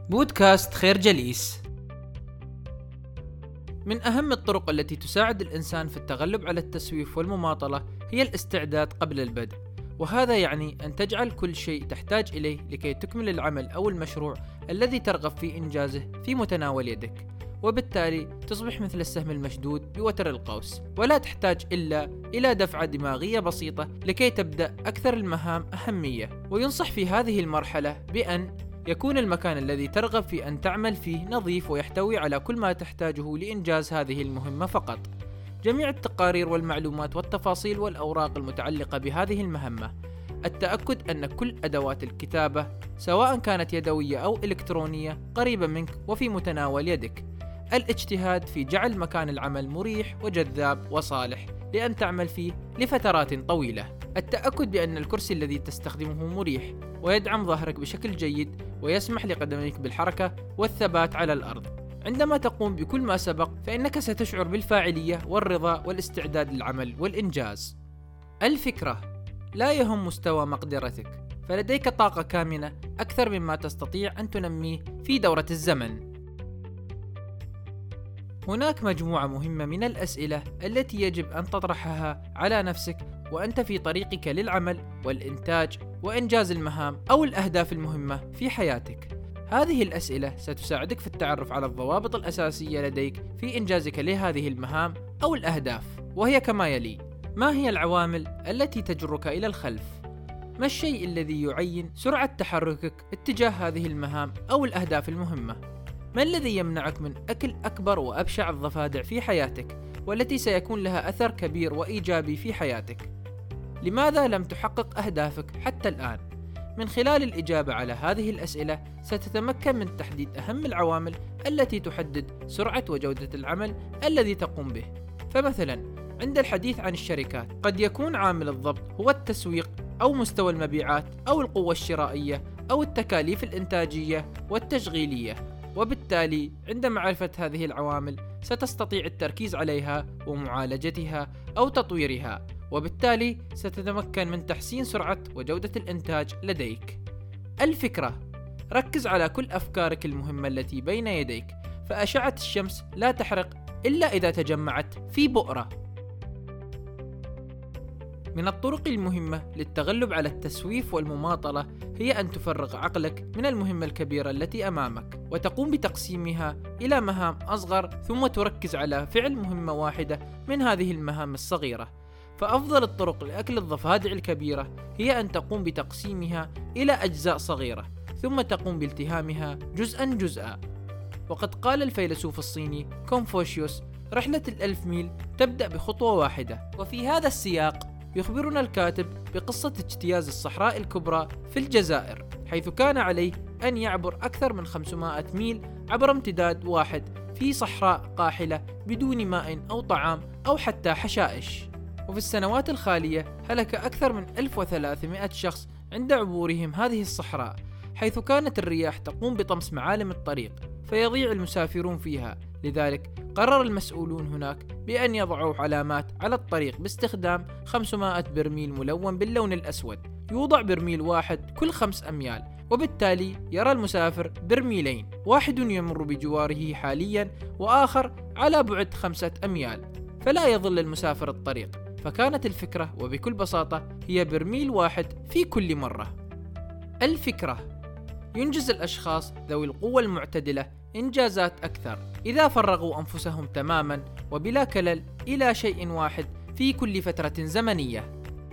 بودكاست خير جليس. من أهم الطرق التي تساعد الإنسان في التغلب على التسويف والمماطلة هي الاستعداد قبل البدء، وهذا يعني أن تجعل كل شيء تحتاج إليه لكي تكمل العمل أو المشروع الذي ترغب في إنجازه في متناول يدك، وبالتالي تصبح مثل السهم المشدود بوتر القوس، ولا تحتاج إلا إلى دفعة دماغية بسيطة لكي تبدأ أكثر المهام أهمية. وينصح في هذه المرحلة بأن يكون المكان الذي ترغب في أن تعمل فيه نظيف ويحتوي على كل ما تحتاجه لإنجاز هذه المهمة فقط. جميع التقارير والمعلومات والتفاصيل والأوراق المتعلقة بهذه المهمة. التأكد أن كل أدوات الكتابة سواء كانت يدوية أو إلكترونية قريبة منك وفي متناول يدك. الاجتهاد في جعل مكان العمل مريح وجذاب وصالح لأن تعمل فيه لفترات طويلة. التأكد بأن الكرسي الذي تستخدمه مريح ويدعم ظهرك بشكل جيد ويسمح لقدميك بالحركة والثبات على الأرض. عندما تقوم بكل ما سبق فإنك ستشعر بالفاعلية والرضا والاستعداد للعمل والإنجاز. الفكرة: لا يهم مستوى مقدرتك، فلديك طاقة كامنة أكثر مما تستطيع أن تنميه في دورة الزمن. هناك مجموعة مهمة من الأسئلة التي يجب أن تطرحها على نفسك وأنت في طريقك للعمل والإنتاج وإنجاز المهام أو الأهداف المهمة في حياتك. هذه الأسئلة ستساعدك في التعرف على الضوابط الأساسية لديك في إنجازك لهذه المهام أو الأهداف، وهي كما يلي: ما هي العوامل التي تجرك إلى الخلف؟ ما الشيء الذي يعين سرعة تحركك اتجاه هذه المهام أو الأهداف المهمة؟ ما الذي يمنعك من أكل أكبر وأبشع الضفادع في حياتك والتي سيكون لها أثر كبير وإيجابي في حياتك؟ لماذا لم تحقق أهدافك حتى الآن؟ من خلال الإجابة على هذه الأسئلة ستتمكن من تحديد أهم العوامل التي تحدد سرعة وجودة العمل الذي تقوم به. فمثلا عند الحديث عن الشركات قد يكون عامل الضبط هو التسويق أو مستوى المبيعات أو القوة الشرائية أو التكاليف الإنتاجية والتشغيلية، وبالتالي عند معرفة هذه العوامل ستستطيع التركيز عليها ومعالجتها أو تطويرها، وبالتالي ستتمكن من تحسين سرعة وجودة الإنتاج لديك. الفكرة: ركز على كل أفكارك المهمة التي بين يديك، فأشعة الشمس لا تحرق إلا إذا تجمعت في بؤرة. من الطرق المهمة للتغلب على التسويف والمماطلة هي أن تفرغ عقلك من المهمة الكبيرة التي أمامك وتقوم بتقسيمها إلى مهام أصغر، ثم تركز على فعل مهمة واحدة من هذه المهام الصغيرة. فأفضل الطرق لأكل الضفادع الكبيرة هي أن تقوم بتقسيمها إلى أجزاء صغيرة ثم تقوم بالتهامها جزءا جزءا. وقد قال الفيلسوف الصيني كونفوشيوس: رحلة ال1000 ميل تبدأ بخطوة واحدة. وفي هذا السياق يخبرنا الكاتب بقصة اجتياز الصحراء الكبرى في الجزائر، حيث كان عليه أن يعبر أكثر من 500 ميل عبر امتداد واحد في صحراء قاحلة بدون ماء أو طعام أو حتى حشائش. وفي السنوات الخالية هلك أكثر من 1300 شخص عند عبورهم هذه الصحراء، حيث كانت الرياح تقوم بطمس معالم الطريق فيضيع المسافرون فيها. لذلك قرر المسؤولون هناك بأن يضعوا علامات على الطريق باستخدام 500 برميل ملون باللون الأسود، يوضع برميل واحد كل 5 أميال، وبالتالي يرى المسافر برميلين، واحد يمر بجواره حاليا وآخر على بعد 5 أميال، فلا يضل المسافر الطريق. فكانت الفكرة وبكل بساطة هي برميل واحد في كل مرة. الفكرة: ينجز الأشخاص ذوي القوة المعتدلة إنجازات أكثر إذا فرغوا أنفسهم تماما وبلا كلل إلى شيء واحد في كل فترة زمنية.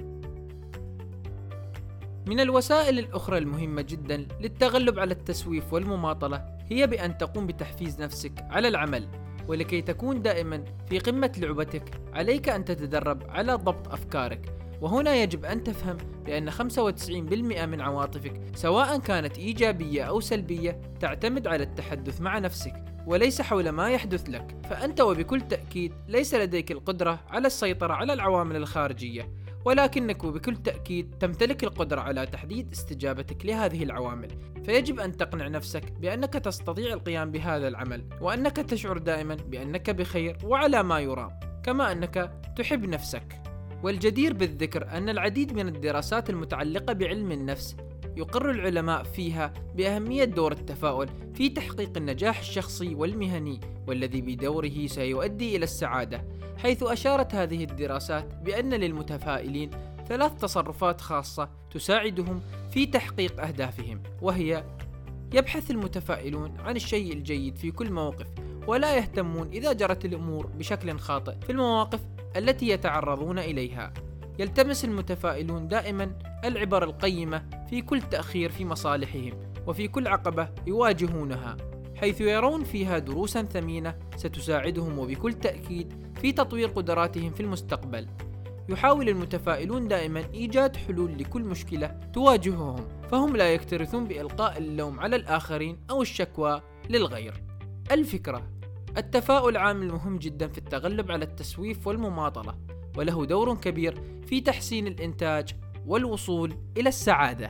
من الوسائل الأخرى المهمة جدا للتغلب على التسويف والمماطلة هي بأن تقوم بتحفيز نفسك على العمل. ولكي تكون دائما في قمة لعبتك عليك أن تتدرب على ضبط أفكارك. وهنا يجب أن تفهم بأن 95% من عواطفك سواء كانت إيجابية أو سلبية تعتمد على التحدث مع نفسك وليس حول ما يحدث لك. فأنت وبكل تأكيد ليس لديك القدرة على السيطرة على العوامل الخارجية، ولكنك بكل تأكيد تمتلك القدرة على تحديد استجابتك لهذه العوامل. فيجب أن تقنع نفسك بأنك تستطيع القيام بهذا العمل، وأنك تشعر دائما بأنك بخير وعلى ما يرام، كما أنك تحب نفسك. والجدير بالذكر أن العديد من الدراسات المتعلقة بعلم النفس يقر العلماء فيها بأهمية دور التفاؤل في تحقيق النجاح الشخصي والمهني، والذي بدوره سيؤدي إلى السعادة، حيث أشارت هذه الدراسات بأن للمتفائلين 3 تصرفات خاصة تساعدهم في تحقيق أهدافهم، وهي: يبحث المتفائلون عن الشيء الجيد في كل موقف، ولا يهتمون إذا جرت الأمور بشكل خاطئ في المواقف التي يتعرضون إليها. يلتمس المتفائلون دائما العبر القيمة في كل تأخير في مصالحهم وفي كل عقبة يواجهونها، حيث يرون فيها دروسا ثمينة ستساعدهم وبكل تأكيد في تطوير قدراتهم في المستقبل. يحاول المتفائلون دائما إيجاد حلول لكل مشكلة تواجههم، فهم لا يكترثون بإلقاء اللوم على الآخرين أو الشكوى للغير. الفكرة: التفاؤل عامل مهم جدا في التغلب على التسويف والمماطلة، وله دور كبير في تحسين الإنتاج والوصول إلى السعادة.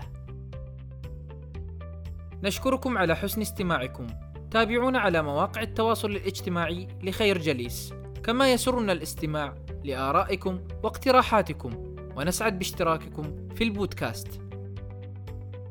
نشكركم على حسن استماعكم. تابعونا على مواقع التواصل الاجتماعي لخير جليس، كما يسرنا الاستماع لآرائكم واقتراحاتكم، ونسعد باشتراككم في البودكاست.